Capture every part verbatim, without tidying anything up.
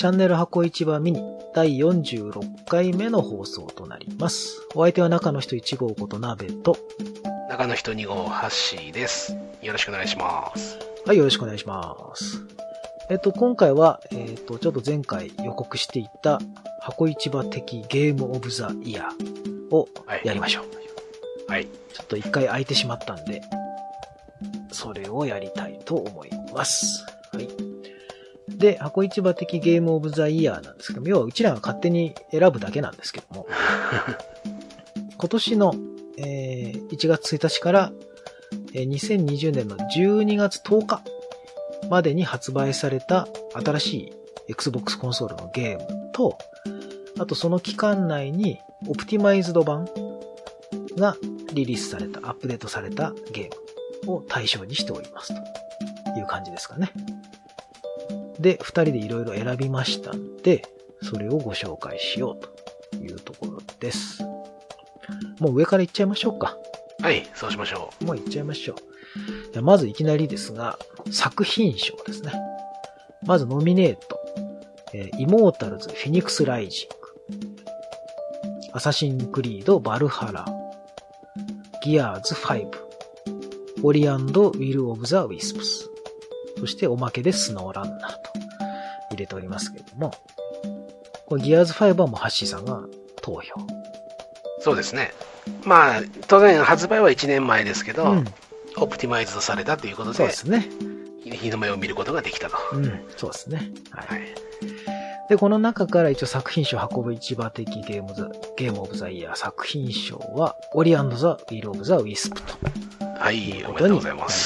チャンネル箱市場ミニだいよんじゅうろっかいめの放送となります。お相手は中の人いち号ことなべと、 中の人に号ハッシーです。よろしくお願いします。 はい、よろしくお願いします。えっと、今回は、えっと、ちょっと前回予告していた箱市場的ゲームオブザイヤーをやりましょう。 はい。 ちょっと一回空いてしまったんで、それをやりたいと思います。はい。で、箱市場的ゲームオブザイヤーなんですけども、要はうちらが勝手に選ぶだけなんですけども、今年の、えー、いちがつついたちから、えー、にせんにじゅうねんのじゅうにがつとおかまでに発売された新しい Xbox コンソールのゲームと、あとその期間内にオプティマイズド版がリリースされた、アップデートされたゲームを対象にしておりますという感じですかね。で、二人でいろいろ選びましたんで、それをご紹介しようというところです。もう上からいっちゃいましょうか。 はい、そうしましょう。もういっちゃいましょう。じゃまずいきなりですが、作品賞ですね。まずノミネート。えー、イモータルズ・フィニックス・ライジング。アサシン・クリード・バルハラ。ギアーズ・ファイブ。オリアンド・ウィル・オブ・ザ・ウィスプス。そしておまけでスノーランナーと入れておりますけれども、これギアーズファイブはもうハッシーさんが投票。 そうですね。まあ、当然発売はいちねんまえですけど、うん、オプティマイズドされたということで、 そうですね。 日の目を見ることができたと。 うん、そうですね。はい。はい、で、この中から一応作品賞運ぶ市場的ゲームザ、ゲームオブザイヤー作品賞は、オリアンド・ザ・ウィル・オブ・ザ・ウィスプと。 はい、おめでとうございます。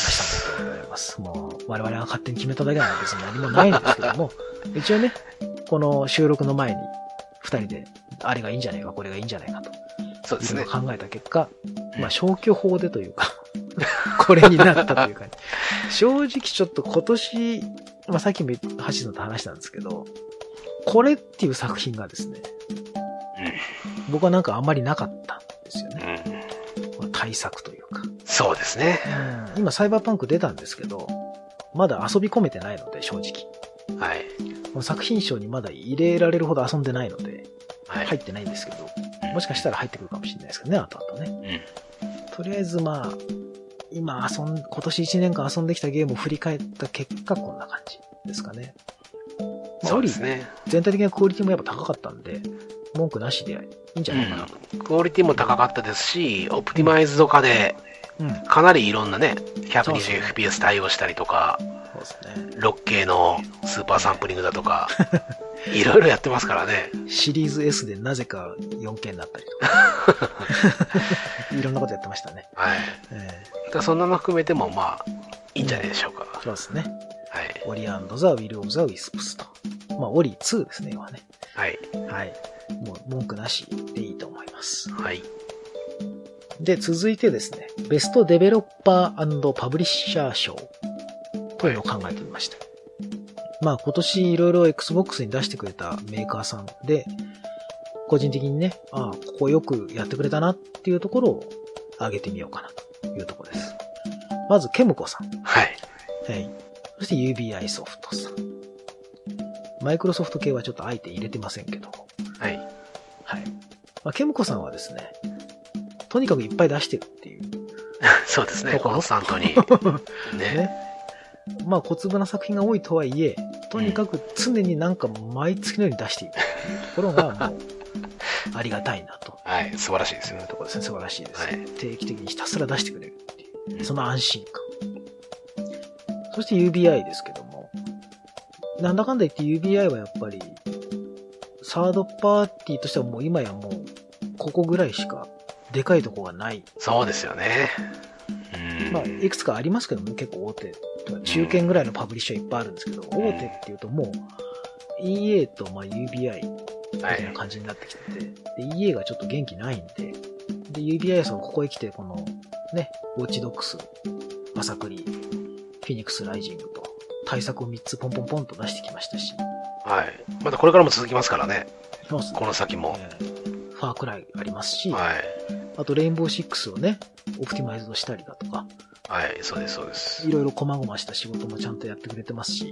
ありがとうございます。もう、我々が勝手に決めただけなので別に何もないんですけども、一応ね、この収録の前に、二人で、あれがいいんじゃないか、これがいいんじゃないかと。 そうですね。 考えた結果、まあ消去法でというか、これになったというか、正直ちょっと今年、まあさっきも橋野と話したんですけど、これっていう作品がですね、うん、僕はなんかあんまりなかったんですよね。うん、対策というか。 そうですね、 うん。今サイバーパンク出たんですけど、まだ遊び込めてないので正直。はい。この作品賞にまだ入れられるほど遊んでないので、はい、入ってないんですけど、もしかしたら入ってくるかもしれないですけどね、後々ね。うん、とりあえずまあ、今遊ん、今年いちねんかん遊んできたゲームを振り返った結果こんな感じですかね。まあ、 そうですね。 全体的なクオリティもやっぱ高かったんで、文句なしでいいんじゃないかなと、 うん。クオリティも高かったですし、オプティマイズド化で、かなりいろんなね、ひゃくにじゅうエフピーエス 対応したりとか、そうですね、ろくケー のスーパーサンプリングだとか、いろいろやってますからね。 シリーズ S でなぜか よんケー になったりとか。いろんなことやってましたね。はい。 えー、だそんなの含めてもまあ、いいんじゃないでしょうか。 うん、そうですね。 はい。 オリアンド・ザ・ウィル・オブ・ザ・ウィスプスと。まあ、オリツーですね、今ね。 はい。 はい。もう文句なしでいいと思います。 はい。 で、続いてですね、ベストデベロッパー&パブリッシャー賞というのを考えてみました。はい、まあ今年いろいろ Xbox に出してくれたメーカーさんで、個人的にね、ああ、ここよくやってくれたなっていうところを挙げてみようかなというところです。まず、ケムコさん。 はい。 はい。そして ユービーアイ ソフトさん。マイクロソフト系はちょっとあえて入れてませんけども。 はい。 はい。まあ、ケムコさんはですね、とにかくいっぱい出してるっていう。 そうですね、コンスタントに。ね。ね、 まあ小粒な作品が多いとはいえ、とにかく常になんか毎月のように出しているっていうところがもうありがたいなと。 はい、素晴らしいですよね。 ところですね、素晴らしいです、ね。はい、定期的にひたすら出してくれるっていう、その安心感。そして ユービーアイ ですけども、なんだかんだ言って ユービーアイ はやっぱり、サードパーティーとしてはもう今やもう、ここぐらいしかでかいとこがない。 そうですよね。 うん、まあ、いくつかありますけども、結構大手とか中堅ぐらいのパブリッシャーいっぱいあるんですけど、うん、大手っていうともう イーエー とまあ ユービーアイ みたいな感じになってきてて、はい、で イーエー がちょっと元気ないんで、で ユービーアイ はそのここへ来てこのね、ウォッチドックス、アサクリ、フィニックスライジングと対策をみっつポンポンポンと出してきましたし、 はい。まだこれからも続きますからね。 そうですね。 この先も。 えー、ファークライありますし、 はい。 あとレインボーシックスをね、オプティマイズドしたりだとか、 はい、そうです、そうです。 いろいろ細々した仕事もちゃんとやってくれてますし、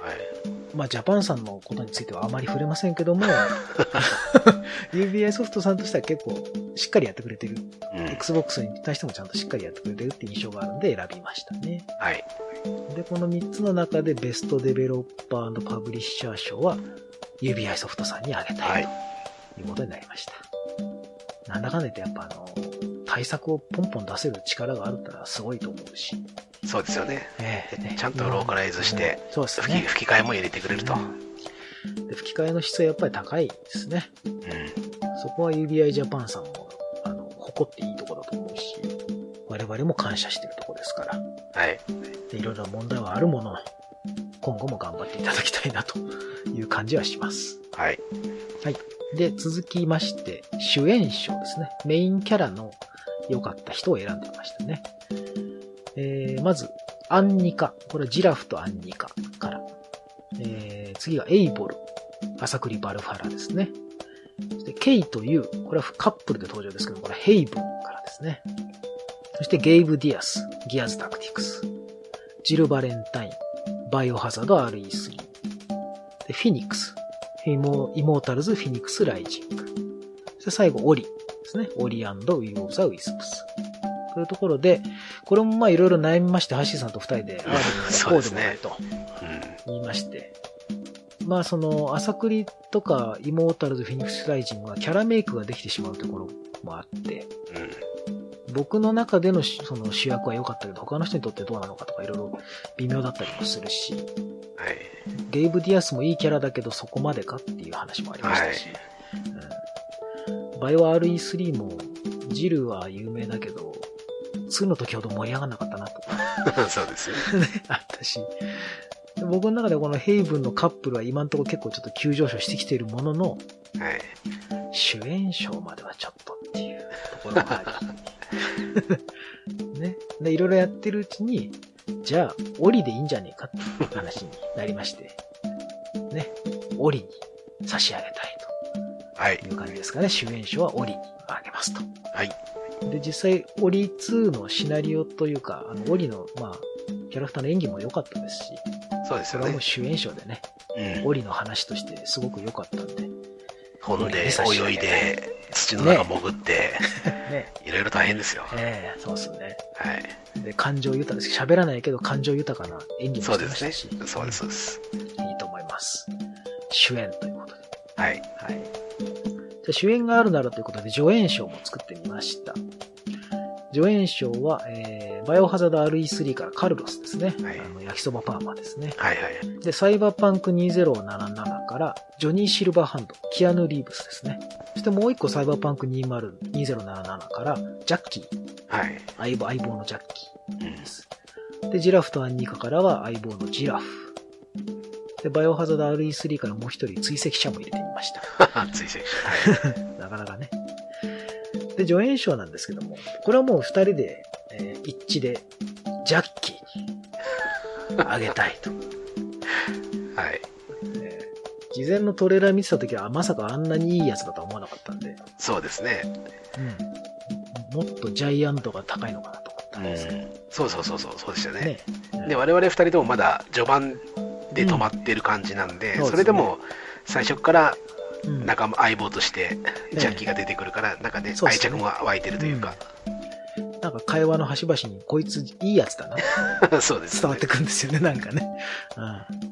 まあ、ジャパンさんのことについてはあまり触れませんけども、ユービーアイ ソフトさんとしては結構しっかりやってくれてる。うん、Xbox に対してもちゃんとしっかりやってくれてるって印象があるんで選びましたね。 はい。 で、このみっつの中でベストデベロッパー&パブリッシャー賞は ユービーアイ ソフトさんにあげたいということになりました。はい、なんだかんだ言ってやっぱあの、対策をポンポン出せる力があるってのはすごいと思うし。 そうですよね。 えー、ねちゃんとローカライズして、 そうですね、 吹き、吹き替えも入れてくれると。 で吹き替えの質はやっぱり高いですね。うん、そこは ユービーアイ ジャパンさんもあの誇っていいところだと思うし、我々も感謝してるところですから。 はい。 で、いろいろ問題はあるものの、今後も頑張っていただきたいなという感じはします。 はい。 はい。で、続きまして、主演賞ですね。メインキャラの良かった人を選んでみましたね。えー、まず、アンニカ。これはジラフとアンニカから。えー、次がエイボル。朝栗バルファラですね。そして、ケイとユウ。これはカップルで登場ですけど、これはヘイブンからですね。そして、ゲイブ・ディアス。ギアズ・タクティクス。ジル・バレンタイン。バイオハザード アールイースリー。で、フィニックス。イモータルズ・フィニックス・ライジング。そして最後、オリですね。オリ&ウィー・オブ・ザ・ウィスプス。というところで、これもまあいろいろ悩みまして、ハッシーさんと二人で、ああでもない、こうでもないと言いまして。まあその、朝栗とか、イモータルズ・フィニックス・ライジングはキャラメイクができてしまうところもあって、僕の中でのその主役は良かったけど、他の人にとってどうなのかとかいろいろ微妙だったりもするし、はい、ゲイブ・ディアスもいいキャラだけどそこまでかっていう話もありましたし、はいうん、バイオ アールイースリー もジルは有名だけど、ツーの時ほど盛り上がらなかったなとか。 そうですよね。あったし。僕の中でこのヘイブンのカップルは今のところ結構ちょっと急上昇してきているものの、はい、主演賞まではちょっとっていうところがあり。ね。で、いろいろやってるうちに、じゃあ、オリでいいんじゃねえかっていう話になりまして、ね。オリに差し上げたいと。はい。いう感じですかね。主演賞はオリにあげますと。 はい。 で、実際、オリツーのシナリオというか、あの、オリの、まあ、キャラクターの演技も良かったですし、 そうですよね。 それはもう主演賞でね、うん、オリの話としてすごく良かったんで。 ほんで、泳いで、土の中潜って、ね、いろいろ大変ですよ。 ええー、そうですね。 はい。 で、感情豊かです。喋らないけど感情豊かな演技もしてましたし。 そうですね。そうです、そうです。 いいと思います。主演ということで。 はい。 はい。じゃ主演があるならということで、助演賞も作ってみました。助演賞は、えー、バイオハザード アールイースリー からカルロスですね。はい、あの焼きそばパーマですね。 はいはい。 で、サイバーパンクにせんななじゅうななからジョニー・シルバーハンド、キアヌ・リーブスですね。そしてもう一個サイバーパンクにせんななじゅうななからジャッキー。 はい。 相棒、相棒のジャッキーです。うん、で、ジラフとアンニカからは相棒のジラフ。で、バイオハザード アールイースリー からもう一人追跡者も入れてみました。 追跡者。 はい。なかなかね。で、助演賞なんですけども、これはもう二人で、えー、一致で、ジャッキーにあげたいと。 はい、 えー。事前のトレーラー見てたときは、まさかあんなにいいやつだとは思わなかったんで。 そうですね。 うん。もっとジャイアントが高いのかなと思ったんですけど。うん、 そうそうそうそう、そうでしたね。ねうん、で、我々二人ともまだ序盤で止まってる感じなんで、うん そ, でね、それでも最初から、仲間、相棒としてジャッキーが出てくるから、なんかね、愛着も湧いてるというか、 うん、なんか会話の端々にこいついいやつだなそうです、ね、 伝わってくるんですよね、なんかね、うん、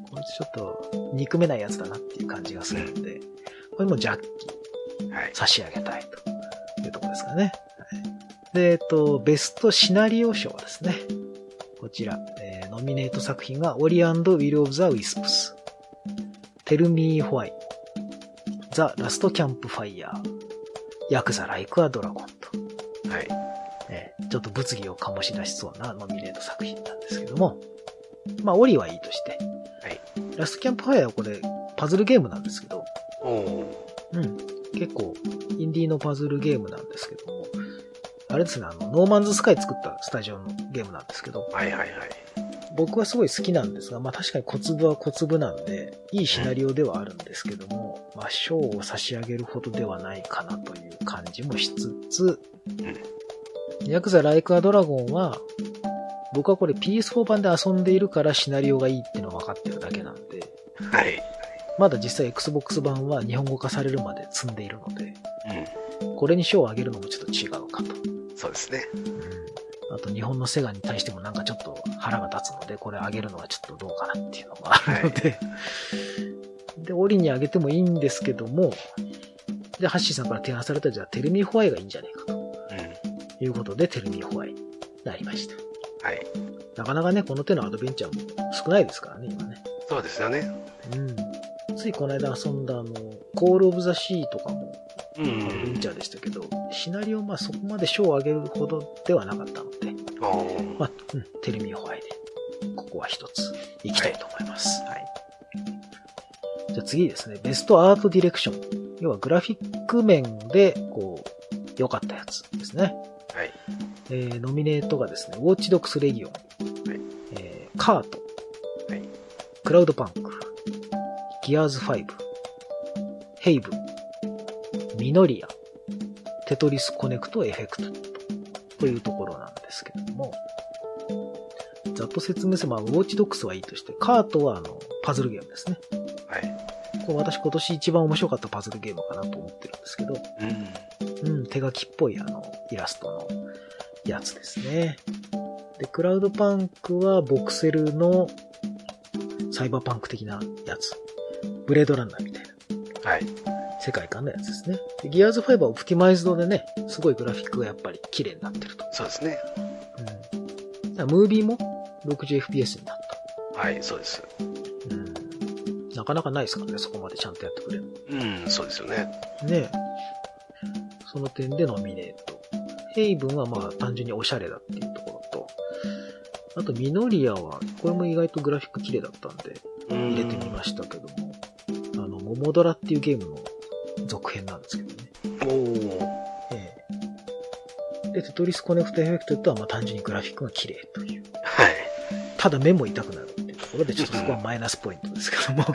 こいつちょっと憎めないやつだなっていう感じがするんで、うん、これもジャッキー、はい、差し上げたいというところですかね、はい、で、えっとベストシナリオ賞ですね、こちら、えー、ノミネート作品がオリ&ウィル・オブ・ザ・ウィスプス、テルミー・ホワイ、ザ・ラスト・キャンプ・ファイヤー、ヤクザ・ライク・ア・ドラゴンと。 はい。 えー、ちょっと物議を醸し出しそうなノミネート作品なんですけども。まあ、オリはいいとして。はい。ラスト・キャンプ・ファイヤーはこれ、パズルゲームなんですけど。 おうん。結構、インディーのパズルゲームなんですけども。あれですね、あの、ノーマンズ・スカイ作ったスタジオのゲームなんですけど。 はいはいはい。 僕はすごい好きなんですが、まあ確かに小粒は小粒なんで、いいシナリオではあるんですけども、まあ賞を差し上げるほどではないかなという感じもしつつ、ヤクザ・ライク・ア・ドラゴンは、僕はこれ ピーエスフォー 版で遊んでいるからシナリオがいいっていうのは分かってるだけなんで、 はい。 まだ実際 Xbox 版は日本語化されるまで積んでいるので、うん、これに賞をあげるのもちょっと違うかと。 そうですね。 うん、あと日本のセガに対してもなんかちょっと腹が立つので、これあげるのはちょっとどうかなっていうのがあるので、はい、で、オリにあげてもいいんですけども、で、ハッシーさんから提案されたじゃあテルミーホワイがいいんじゃないかと。うん、いうことでテルミーホワイになりました。 はい。 なかなかね、この手のアドベンチャーも少ないですからね、今ね。 そうですよね。 うん。ついこの間遊んだあの、コールオブザシーとかも、アドベンチャーでしたけど、シナリオまあそこまで賞を上げるほどではなかったので、まあ、うん、テルミーホワイで、ここは一ついきたいと思います。はい。はい、じゃあ次ですね、ベストアートディレクション。要はグラフィック面で、こう、良かったやつですね。 はい。 えー、ノミネートがですね、ウォッチドックスレギオン、はい、えー、カート、はい、クラウドパンク、ギアーズファイブ、ヘイブン、ミノリア、テトリスコネクトエフェクトというところなんですけれども、ざっと説明すれば、ウォッチドックスはいいとして、カートはあのパズルゲームですね。はい。これ私今年一番面白かったパズルゲームかなと思ってるんですけど、うん、うん、手書きっぽいあのイラストのやつですね。で、クラウドパンクはボクセルのサイバーパンク的なやつ。ブレードランナーみたいな。はい。世界観のやつですね。でギアーズファイブはオプティマイズドでね、すごいグラフィックがやっぱり綺麗になってると。 そうですね。 うん。だムービーも ろくじゅうエフピーエス になった。 はい、そうです。 うん。なかなかないですからね、そこまでちゃんとやってくれる。 うん、そうですよね。 ねえ。その点でノミネート。ヘイブンはまあ単純にオシャレだっていうところと、あとミノリアは、これも意外とグラフィック綺麗だったんで、入れてみましたけども、あの、モモドラっていうゲームの続編なんですけどね。おー。ええ。で、テトリスコネクトエフェクトとはまあ単純にグラフィックが綺麗という。はい。ただ目も痛くなるっていうところで、ちょっとそこはマイナスポイントですけども。はい。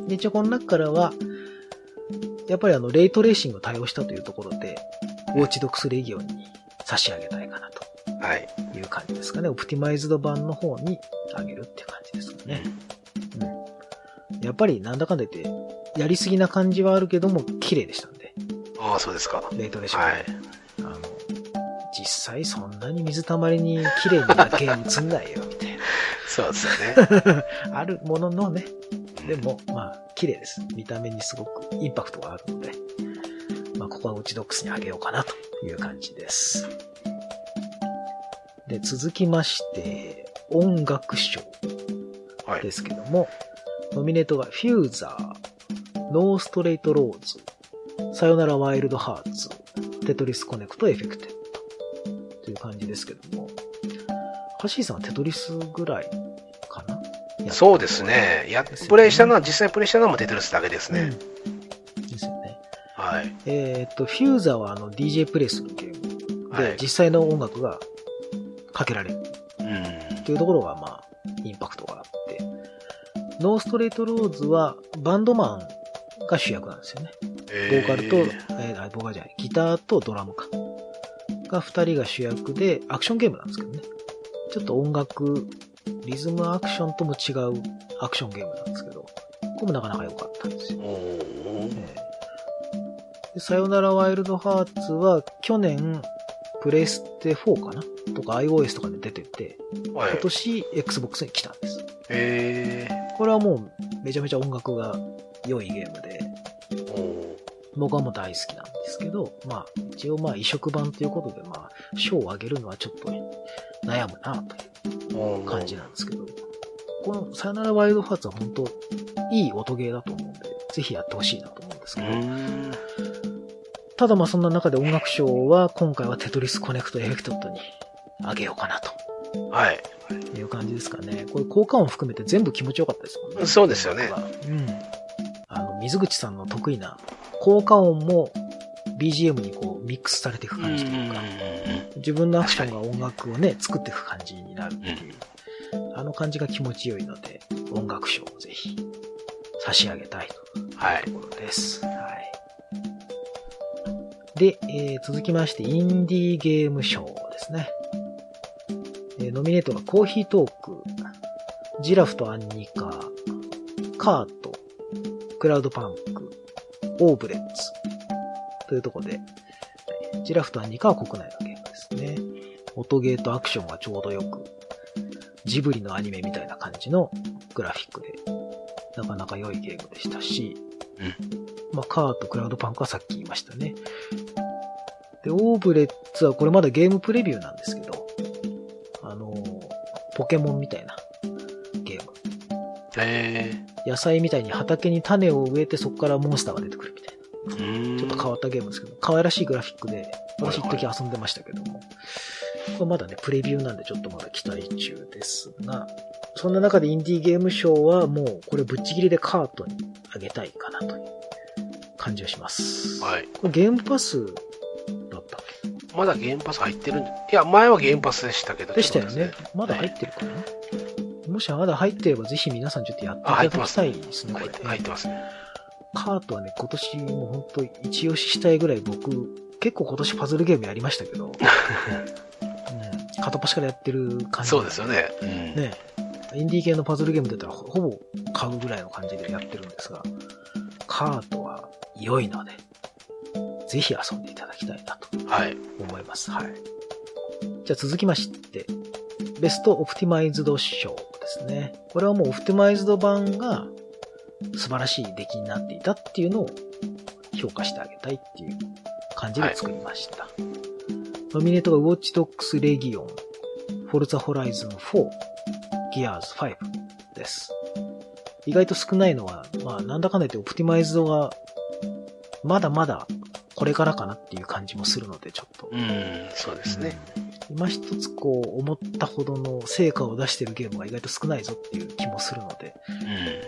で、一応この中からは、やっぱりあの、レイトレーシングを対応したというところで、ウォッチドックスレギオンに差し上げたいかなと。はい。いう感じですかね。オプティマイズド版の方にあげるっていう感じですかね。うん。やっぱりなんだかんだ言って、やりすぎな感じはあるけども、綺麗でしたんで。 ああ、そうですか。 レイトレーション。はい。あの、実際そんなに水たまりに綺麗にだけ映んないよ、みたいな。 そうですよね。 あるもののね。でも、まあ、綺麗です。見た目にすごくインパクトがあるので、まあ、ここはウォッチドックスにあげようかなという感じです。で、続きまして、音楽賞ですけども、はい、ノミネートがフューザー、ノーストレートローズ、さよならワイルドハーツ、テトリスコネクトエフェクテッドという感じですけども、ハッシーさんはテトリスぐらいかな？ そうですね。や、プレイしたのは、実際プレイしたのはテトリスだけですね。 うん、ですよね。 はい。 えっと、フューザーはあの ディージェー プレイスのゲームで、はい、実際の音楽がかけられる。うん。というところが、まあ、インパクトがあって。ノーストレートローズは、バンドマンが主役なんですよね。ボーカルと、えー、ボーカルじゃない、ギターとドラムか。が二人が主役で、アクションゲームなんですけどね。ちょっと音楽、リズムアクションとも違うアクションゲームなんですけど、これもなかなか良かったんですよ。えー、でさよならワイルドハーツは、去年、プレステフォーかなとか iOS とかで出てて、はい、今年 Xbox に来たんです。へー。これはもうめちゃめちゃ音楽が良いゲームで、僕はもう大好きなんですけど、まあ一応まあ移植版ということで、まあ賞をあげるのはちょっと悩むなという感じなんですけど、このさよならワイルドハーツは本当いい音ゲーだと思うんで、ぜひやってほしいなと思うんですけど、ただまあそんな中で音楽賞は今回はテトリスコネクトエフェクトにあげようかなと。はい。いう感じですかね。これ効果音含めて全部気持ちよかったですもんね。 そうですよね。 うん。あの、水口さんの得意な効果音も ビージーエム にこうミックスされていく感じというか、自分のアクションが音楽をね、作っていく感じになるっていう、あの感じが気持ちよいので、音楽賞をぜひ差し上げたいというところです。はい。はいで、えー、続きまして、インディーゲーム賞ですね。えー、ノミネートがコーヒートーク、ジラフとアンニカ、 カート、クラウドパンク、オーブレッツというところで、ジラフとアニカは国内のゲームですね。音ゲーとアクションがちょうどよく、ジブリのアニメみたいな感じのグラフィックで、なかなか良いゲームでしたし、 うん、 まあ、カート、クラウドパンクはさっき言いましたね。で、オーブレッツはこれまだゲームプレビューなんですけど、あのー、ポケモンみたいなゲーム。 へー。 野菜みたいに畑に種を植えてそこからモンスターが出てくるみたいな。 うーん、 ちょっと変わったゲームですけど、可愛らしいグラフィックで、私一時遊んでましたけども、これまだね、プレビューなんでちょっとまだ期待中ですが、そんな中でインディーゲーム賞はもうこれぶっちぎりでカートにあげたいかなという感じがします。 はい。 これゲームパスだったっけ？ まだゲームパス入ってるんいや、前はゲームパスでしたけど。 でしたよね。まだ入ってるかな、はい、もしまだ入ってればぜひ皆さんちょっとやっていただきたいですね。 入ってますね。入ってますね。 カートはね、今年もう本当一押ししたいぐらい僕、結構今年パズルゲームやりましたけど、うん、片っ端からやってる感じ。 そうですよね。 うん、ね。インディー系のパズルゲームだったらほぼ買うぐらいの感じでやってるんですが、カートは良いので、ぜひ遊んでいただきたいなと思います。はい。はい、じゃあ続きまして、ベストオプティマイズド賞ですね。これはもうオプティマイズド版が素晴らしい出来になっていたっていうのを評価してあげたいっていう感じで作りました。はい、ノミネートがウォッチドックスレギオン、フォルツァホライズンフォー、ギアーズファイブです。意外と少ないのは、まあなんだかんだ言ってオプティマイズドがまだまだこれからかなっていう感じもするのでちょっと。 うん、そうですね。 うん、今一つこう思ったほどの成果を出しているゲームが意外と少ないぞっていう気もするので、うん、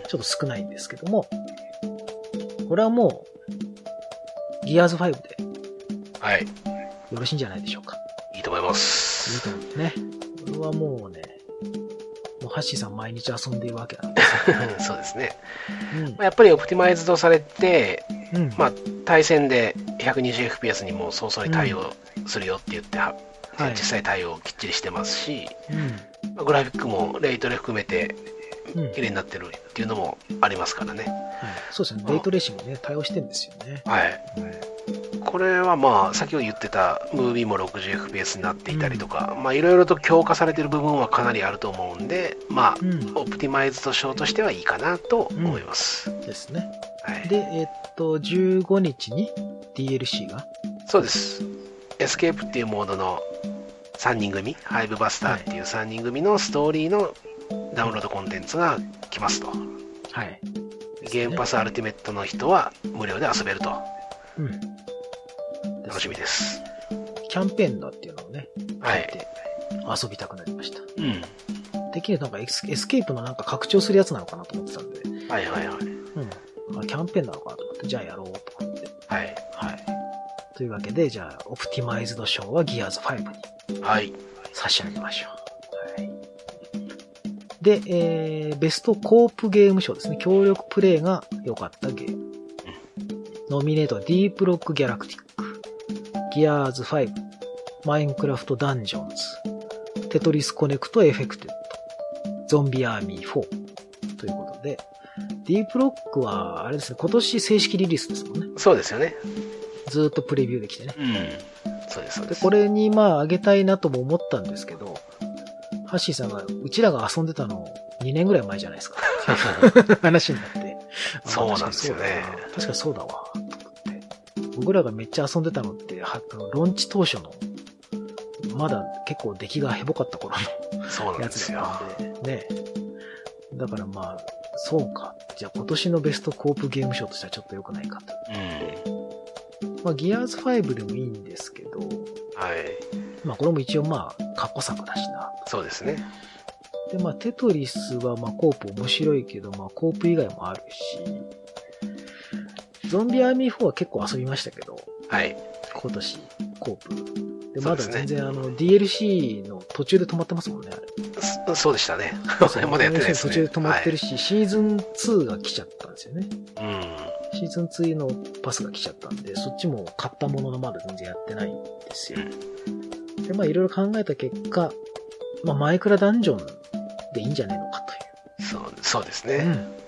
ちょっと少ないんですけども、これはもうギアーズファイブで、 はい、 よろしいんじゃないでしょうか。 いいと思います。 いいと思うんですね。これはもうね、もうハッシーさん毎日遊んでいるわけなんですよ。 そうですね。 うん、 やっぱりオプティマイズドされて、 うん、まあ対戦で ひゃくにじゅうエフピーエス にも早々に対応するよって言って、うん、実際対応きっちりしてますし、うん、まあ、グラフィックもレイトレ含めて綺麗になってるっていうのもありますからね。 はい、そうですね。レイトレーシングね、対応してるんですよね。 はい。うん、これはまあ先ほど言ってたムービーも ろくじゅうエフピーエス になっていたりとか、うん、まあいろいろと強化されてる部分はかなりあると思うんで、まあ、うん、オプティマイズド賞としてはいいかなと思います。 うん、ですね。 はい、 で、えー、っと、じゅうごにちに ディーエルシー がそうです。エスケープっていうモードのさんにん組、ハイブバスターっていうさんにん組のストーリーのダウンロードコンテンツが来ますと。 はい。 ゲームパスアルティメットの人は無料で遊べると。 うん。 楽しみです。 キャンペーンだっていうのをね、 はい。 聞いて遊びたくなりました。 うん。 てっきりなんかエス、エスケープのなんか拡張するやつなのかなと思ってたんで。 はいはいはい。 うん。あ、キャンペーンなのかなと思って、じゃあやろうと思って。 はい。 はい。というわけで、じゃあ、オプティマイズド賞はギアーズファイブに。 はい。 差し上げましょう。はい。で、えー、ベストコープゲーム賞ですね。協力プレイが良かったゲーム。うん、ノミネートはディープロックギャラクティック、ギアーズファイブ、マインクラフトダンジョンズ、テトリスコネクトエフェクテッド、ゾンビアーミーフォーということで、ディープロックは、あれですね、今年正式リリースですもんね。 そうですよね。 ずーっとプレビューできてね。 うん。そうです、そうです。 で、これにまあ、あげたいなとも思ったんですけど、ハッシーさんが、うちらが遊んでたのにねんぐらい前じゃないですか。話になって。 そうなんですよね。 確かそうだわ、と思って。僕らがめっちゃ遊んでたのって、はローンチ当初の、まだ結構出来がヘボかった頃のやつだったんで、ね。だからまあ、そうか。じゃあ今年のベストコープゲーム賞としてはちょっと良くないかと。 うん。 まあ、ギアーズファイブでもいいんですけど、 はい。 まあ、これも一応まあ、過去作だしな。 そうですね。 で、まあ、テトリスはまあ、コープ面白いけど、まあ、コープ以外もあるし、ゾンビアーミーフォーは結構遊びましたけど、 はい。 今年、コープ。で、まだ全然、ね、あの、ディーエルシー の途中で止まってますもんね、あれ。 そ, そうでしたね。それまでやってないですね。 途中で止まってるし、はい、シーズンツーが来ちゃったんですよね。 うん。 シーズンツーのパスが来ちゃったんで、そっちも買ったもののまだ全然やってないんですよ。うん、で、まあいろいろ考えた結果、まあマイクラダンジョンでいいんじゃないのかという。 そう、そうですね。 うん。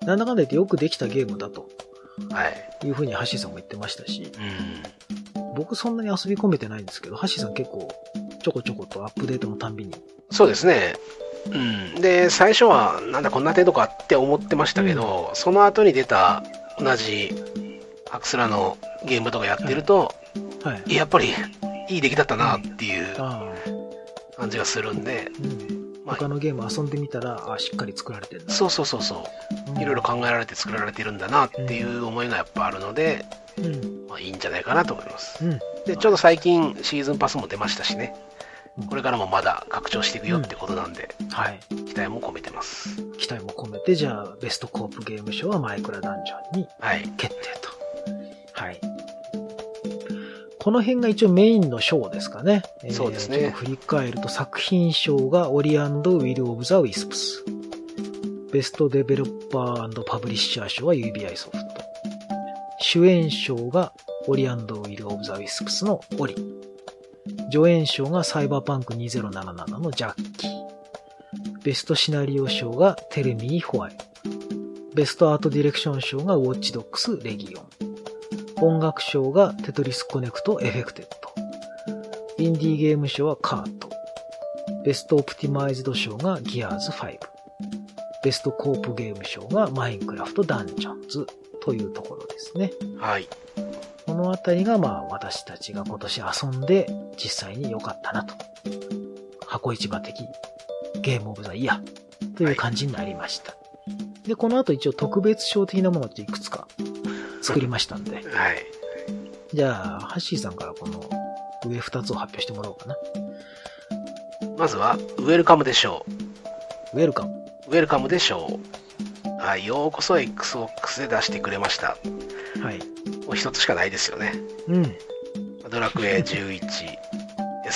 なんだかんだ言ってよくできたゲームだと。 はい。 いうふうにハッシーさんも言ってましたし。 うん。 僕そんなに遊び込めてないんですけど、ハッシーさん結構ちょこちょことアップデートのたんびに。 そうですね。うん。で、最初はなんだこんな程度かって思ってましたけど、うん、その後に出た同じアクスラのゲームとかやってると、はいはい、やっぱりいい出来だったなっていう感じがするんで、うんまあ、他のゲーム遊んでみたら、あ、しっかり作られてるんだ。 そうそうそうそう、うん、いろいろ考えられて作られてるんだなっていう思いがやっぱあるので、うんまあ、いいんじゃないかなと思います、うん、でちょうど最近シーズンパスも出ましたしね、これからもまだ拡張していくよってことなんで、うんはい、期待も込めてます。 期待も込めて、じゃあベストコープゲーム賞はマイクラダンジョンに決定と。はい、はいこの辺が一応メインの賞ですかね。 そうですね。 えー、振り返ると作品賞がオリ&ウィル・オブ・ザ・ウィスプス。ベストデベロッパー&パブリッシャー賞は ユービーアイ ソフト。主演賞がオリ&ウィル・オブ・ザ・ウィスプスのオリ。助演賞がサイバーパンクにせんななじゅうななのジャッキー。ベストシナリオ賞がテルミー・ホワイ。ベストアートディレクション賞がウォッチドックス・レギオン。音楽賞がテトリスコネクトエフェクテッド。インディーゲーム賞はカート。ベストオプティマイズド賞がギアーズファイブ。ベストコープゲーム賞がマインクラフトダンジョンズというところですね。 はい。 このあたりがまあ私たちが今年遊んで実際に良かったなと。箱市場的ゲームオブザイヤーという感じになりました。はい、で、この後一応特別賞的なものっていくつか作りましたんで。はい。じゃあ、ハッシーさんからこの上二つを発表してもらおうかな。 まずは、ウェルカムでしょう。ウェルカム。 ウェルカムでしょう。はい、ようこそ Xbox で出してくれました。はい。もう一つしかないですよね。うん。ドラクエじゅういちです。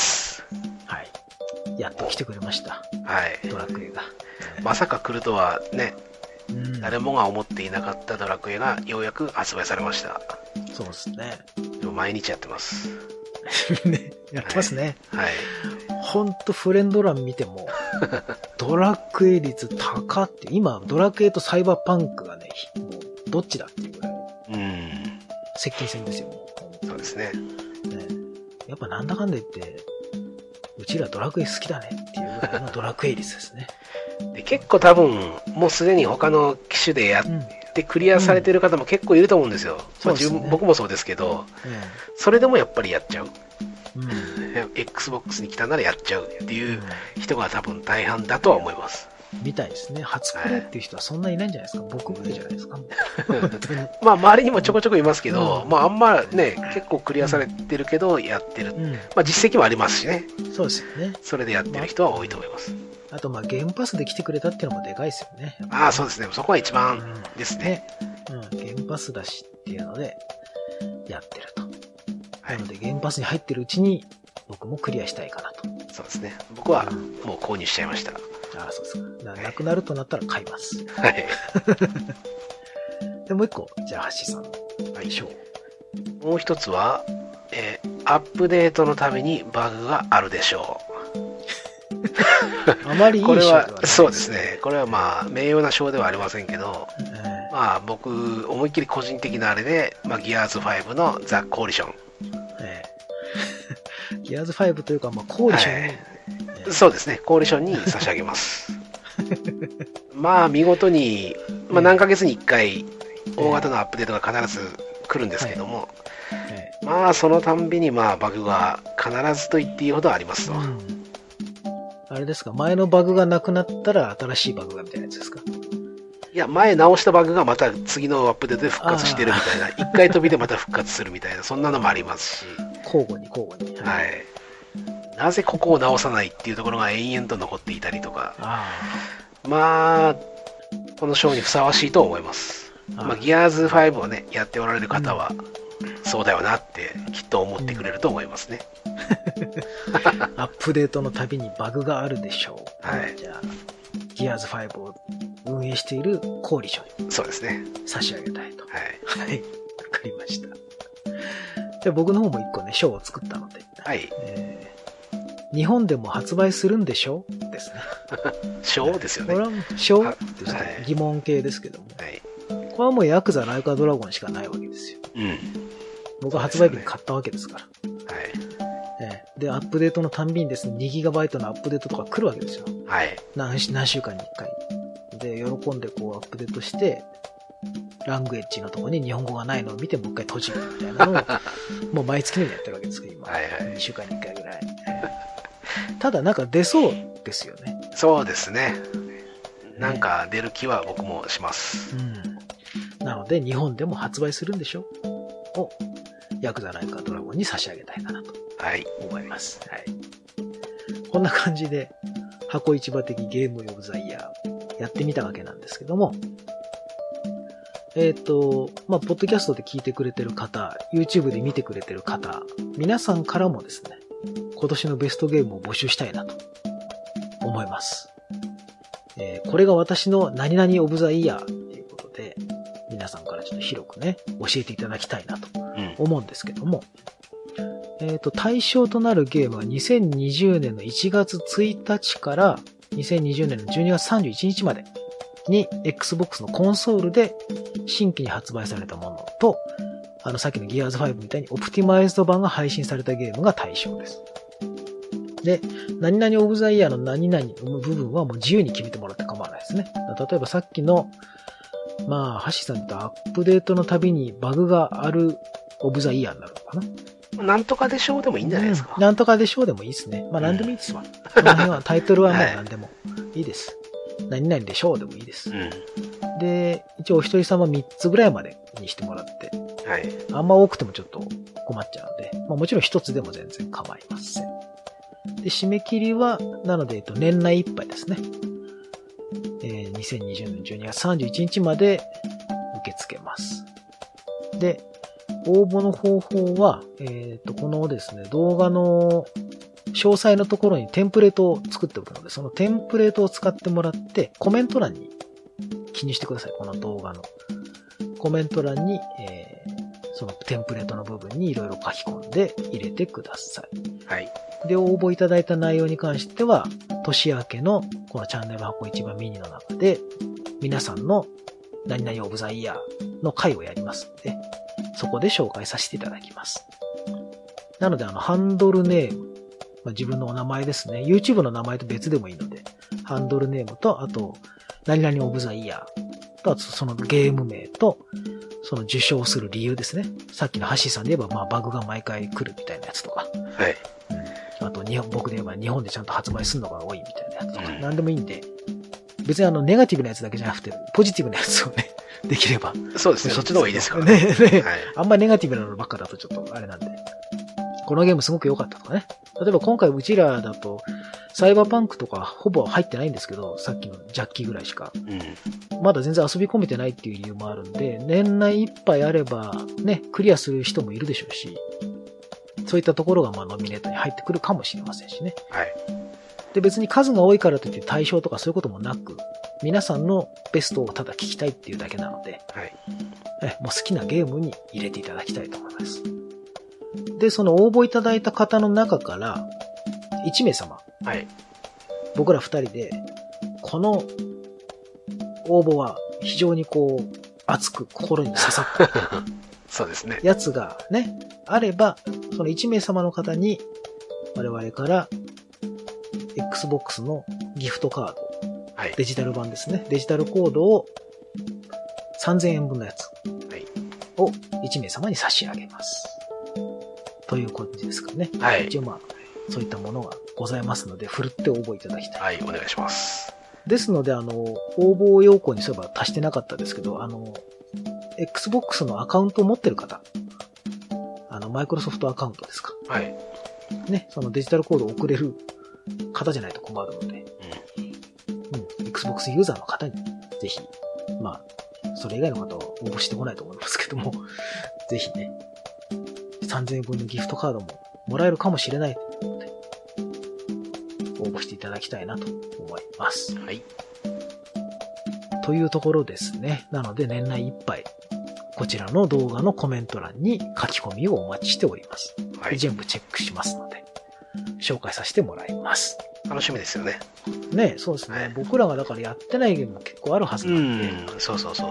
はい。やっと来てくれました。 はい。 ドラクエが。 まさか来るとはね、うん、誰もが思っていなかったドラクエがようやく発売されました。 そうですね。 でも毎日やってます。 ね、やってますね。 はい。はい、 ほんとフレンド欄見ても、ドラクエ率高って、今、ドラクエとサイバーパンクがね、もう、どっちだっていうぐらい、うん。接近戦ですよ、もう。そうですね。ね。 やっぱなんだかんだ言って、うちらドラクエ好きだねっていうぐらいのドラクエ率ですね。 で結構多分、もうすでに他の機種でやってクリアされてる方も結構いると思うんですよ。うんまあ、自分、ね、僕もそうですけど、うん、それでもやっぱりやっちゃう。うん、Xbox に来たならやっちゃうっていう人が多分大半だとは思います。 みたいですね。初プレイっていう人はそんないないんじゃないですか。僕ぐらいじゃないですか。 まあ周りにもちょこちょこいますけど、うん、まああんまね、結構クリアされてるけどやってる。うん、まあ実績もありますしね。 そうですよね。 それでやってる人は多いと思います。 あとまあゲームパスで来てくれたっていうのもでかいですよね。 ああ、そうですね。そこは一番ですね。 うん、ねうん。ゲームパスだしっていうのでやってると。はい、なのでゲームパスに入ってるうちに僕もクリアしたいかなと。 そうですね。僕はもう購入しちゃいました。 ああ、そうですか。な, なくなるとなったら買います。 はい。 で、もう一個、じゃあ、橋さん。はい。 もう一つは、えー、アップデートのためにバグがあるでしょう。 あまりいい賞ではないですね。 そうですね。これはまあ、名誉な賞ではありませんけど、えー、まあ、僕、思いっきり個人的なあれで、まあ、ギアーズファイブのザ・コーリション。えー、ギアーズファイブというか、まあ、コーリションに、はいそうですね。コーリションに差し上げます。まあ、見事に、まあ、何ヶ月にいっかい、大型のアップデートが必ず来るんですけども、まあ、そのたんびに、まあ、バグが必ずと言っていいほどありますと。うん、 あれですか、前のバグがなくなったら新しいバグがみたいなやつですか？ いや、前直したバグがまた次のアップデートで復活してるみたいな、一回飛びでまた復活するみたいな、そんなのもありますし。 交互に交互に。 はい。はいなぜここを直さないっていうところが延々と残っていたりとか、あまあ、この賞にふさわしいと思います。あまあ、ギアーズファイブをね、やっておられる方は、うん、そうだよなってきっと思ってくれると思いますね。 アップデートのたびにバグがあるでしょう。 はい。 じゃあ、ギアーズファイブを運営しているコーリションにそうですね。 差し上げたいと。 はい。 はい。わかりました。じゃあ僕の方も一個ね、賞を作ったので。 はい。 えー日本でも発売するんでしょですね。 賞ですよね。 これは賞ですね、はい。疑問系ですけども。 はい。 これはもうヤクザライカドラゴンしかないわけですよ。 うん。 僕は発売日に買ったわけですから。 はい。 ええ、で、アップデートのたんびにですね、にギガバイトのアップデートとか来るわけですよ。 はい。 何、何週間にいっかい。で、喜んでこうアップデートして、ラングエッジのところに日本語がないのを見てもう一回閉じるみたいなのを、もう毎月のようにやってるわけですけど、今。はいはい。にしゅうかんにいっかいぐらい。ただなんか出そうですよね。 そうですね。なんか出る気は僕もします。 うん。なので日本でも発売するんでしょを、ヤクザライカドラゴンに差し上げたいかなと思います。はい。はい、こんな感じで箱市場的ゲームオブザイヤーやってみたわけなんですけども、えっと、まあ、ポッドキャストで聞いてくれてる方、YouTube で見てくれてる方、皆さんからもですね、今年のベストゲームを募集したいなと思います。えー、これが私の何々オブザイヤーということで、皆さんからちょっと広くね、教えていただきたいなと思うんですけども、うん、えっと、対象となるゲームはにせんにじゅうねんのいちがつついたちからにせんにじゅうねんのじゅうにがつさんじゅういちにちまでに Xbox のコンソールで新規に発売されたものと、あのさっきの Gears ファイブみたいにオプティマイズド版が配信されたゲームが対象です。で、何々オブザイヤーの何々の部分はもう自由に決めてもらって構わないですね。例えばさっきの、まあ、ハッシーさん言ったアップデートのたびにバグがあるオブザイヤーになるのかな。 なんとかでしょうでもいいんじゃないですか。 うん、なんとかでしょうでもいいですね。まあ何でもいいですわ。この辺はタイトルはもう何でもいいです。はい、何々でしょうでもいいです。うん、で、一応お一人様みっつぐらいまでにしてもらって、はい、あんま多くてもちょっと困っちゃうので、まあもちろん一つでも全然構いません。で、締め切りは、なので、えっと、年内いっぱいですね。えー、にせんにじゅうねんじゅうにがつさんじゅういちにちまで受け付けます。で、応募の方法は、えっと、このですね、動画の詳細のところにテンプレートを作っておくので、そのテンプレートを使ってもらって、コメント欄に記入してください。この動画の。コメント欄に、えー、そのテンプレートの部分にいろいろ書き込んで入れてください。はい。で、応募いただいた内容に関しては、年明けのこのチャンネル箱一番ミニの中で、皆さんの何々オブザイヤーの回をやりますので、そこで紹介させていただきます。なので、あの、ハンドルネーム、まあ、自分のお名前ですね。YouTube の名前と別でもいいので、ハンドルネームと、あと、何々オブザイヤーと、あとそのゲーム名と、その受賞する理由ですね。さっきのハッシーさんで言えば、まあ、バグが毎回来るみたいなやつとか。はい。あと日本、僕で言えば日本でちゃんと発売するのが多いみたいなやつとか、うん、何でもいいんで、別にあの、ネガティブなやつだけじゃなくて、ポジティブなやつをね、できれば。 そうですね、そっちの方がいいですからね。ね、 ね、はい、あんまりネガティブなのばっかだとちょっとあれなんで。このゲームすごく良かったとかね。例えば今回うちらだと、サイバーパンクとかほぼ入ってないんですけど、さっきのジャッキーぐらいしか。うん、まだ全然遊び込めてないっていう理由もあるんで、年内いっぱいあれば、ね、クリアする人もいるでしょうし、そういったところがまあノミネートに入ってくるかもしれませんしね。はい。で、別に数が多いからといって対象とかそういうこともなく、皆さんのベストをただ聞きたいっていうだけなので、はい。え、もう好きなゲームに入れていただきたいと思います。で、その応募いただいた方の中から、いちめい様。はい。僕らふたりで、この応募は非常にこう、熱く心に刺さった。 そうですね。 やつがね、あれば、そのいちめい様の方に、我々から、Xbox のギフトカード、はい、デジタル版ですね。デジタルコードをさんぜんえんぶんのやつをいちめい様に差し上げます。という感じですかね。はい。一応まあ、そういったものがございますので、ふるって応募いただきたい。 はい、お願いします。 ですので、あの、応募要項にそういえば足してなかったですけど、あの、Xbox のアカウントを持ってる方、あの、マイクロソフトアカウントですか。はい。ね、そのデジタルコードを送れる方じゃないと困るので、うん。うん、Xbox ユーザーの方に、ぜひ、まあ、それ以外の方は応募してこないと思いますけども、ぜひね、さんぜんえんぶんのギフトカードももらえるかもしれないというので、応募していただきたいなと思います。はい。というところですね。なので年内いっぱい、こちらの動画のコメント欄に書き込みをお待ちしております。はい。全部チェックしますので、紹介させてもらいます。 楽しみですよね。 ね、そうですね。はい、僕らがだからやってないゲームも結構あるはずなんで。 うん、そうそうそうそ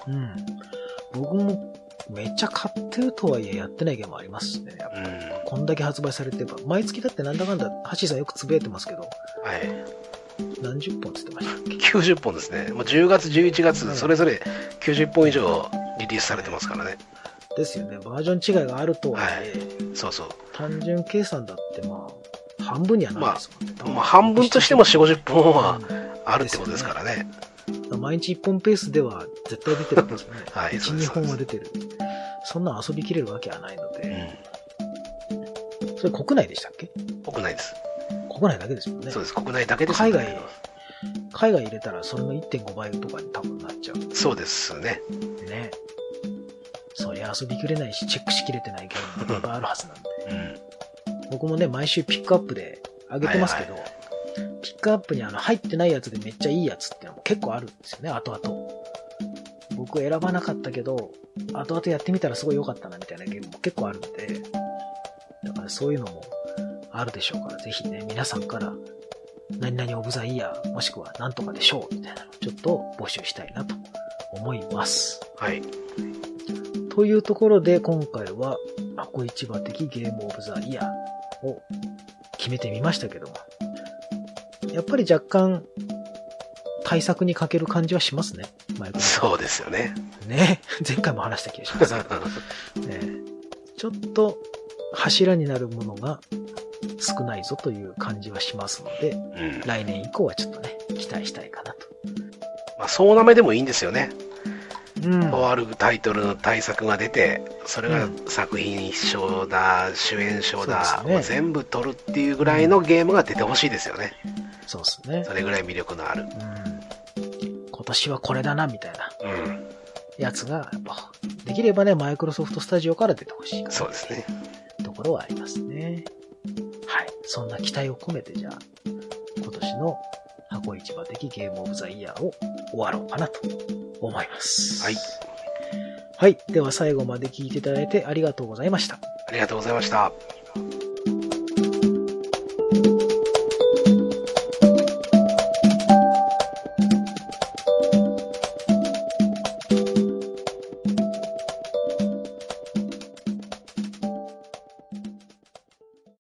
うん。僕もめっちゃ買ってるとはいえやってないゲームありますね。やっぱ、うん、こんだけ発売されてれば。毎月だってなんだかんだ、ハッシーさんよくつぶやいてますけど。はい。何十本つってましたっけ？ きゅうじゅっぽんですね。もうじゅうがつ、じゅういちがつ、それぞれきゅうじゅっぽん以上リリースされてますからね。 ですよね。バージョン違いがあるとはいえ、 はい、そうそう。 単純計算だってまあ、半分にはなるんですもんね。 まあ、まあ、半分としてもよんじゅう、ごじゅっぽんはあるってことですからね。 ね、毎日いっぽんペースでは絶対出てるんですよね。 はい。 いち、にほんは出てる。そんな遊びきれるわけはないので。うん、それ国内でしたっけ？ 国内です。 国内だけですもんね。 そうです。国内だけですね。 海外、海外入れたらそれの いってんご 倍とかに多分なっちゃう。 そうですね。 ね。そりゃ遊びきれないし、チェックしきれてないゲームもいっぱいあるはずなんで。うん、僕もね、毎週ピックアップで上げてますけど、はいはい、ピックアップにあの入ってないやつでめっちゃいいやつってのも結構あるんですよね、後々。僕選ばなかったけど、後々やってみたらすごい良かったなみたいなゲームも結構あるんで、だからそういうのもあるでしょうから、ぜひね、皆さんから何々オブザイヤーもしくは何とかでしょうみたいなのをちょっと募集したいなと思います。 はい。 というところで今回は箱市場的ゲームオブザイヤーを決めてみましたけども、やっぱり若干対策に欠ける感じはしますね。 そうですよね。 ね。前回も話した気がしますけど、ね。ちょっと柱になるものが少ないぞという感じはしますので、うん、来年以降はちょっとね、期待したいかなと。 まあ、総なめでもいいんですよね。 うん。 とあるタイトルの対策が出て、それが作品賞だ、うん、主演賞だ、ね、全部取るっていうぐらいのゲームが出てほしいですよね。 そうですね。 それぐらい魅力のある。うん、 今年はこれだな、みたいな。うんやつが、やっぱ、できればね、マイクロソフトスタジオから出てほしいかな。 そうですね。 ところはありますね。はい。そんな期待を込めて、じゃあ、今年の箱市場的ゲームオブザイヤーを終わろうかなと思います。 はい。 はい。では最後まで聞いていただいてありがとうございました。 ありがとうございました。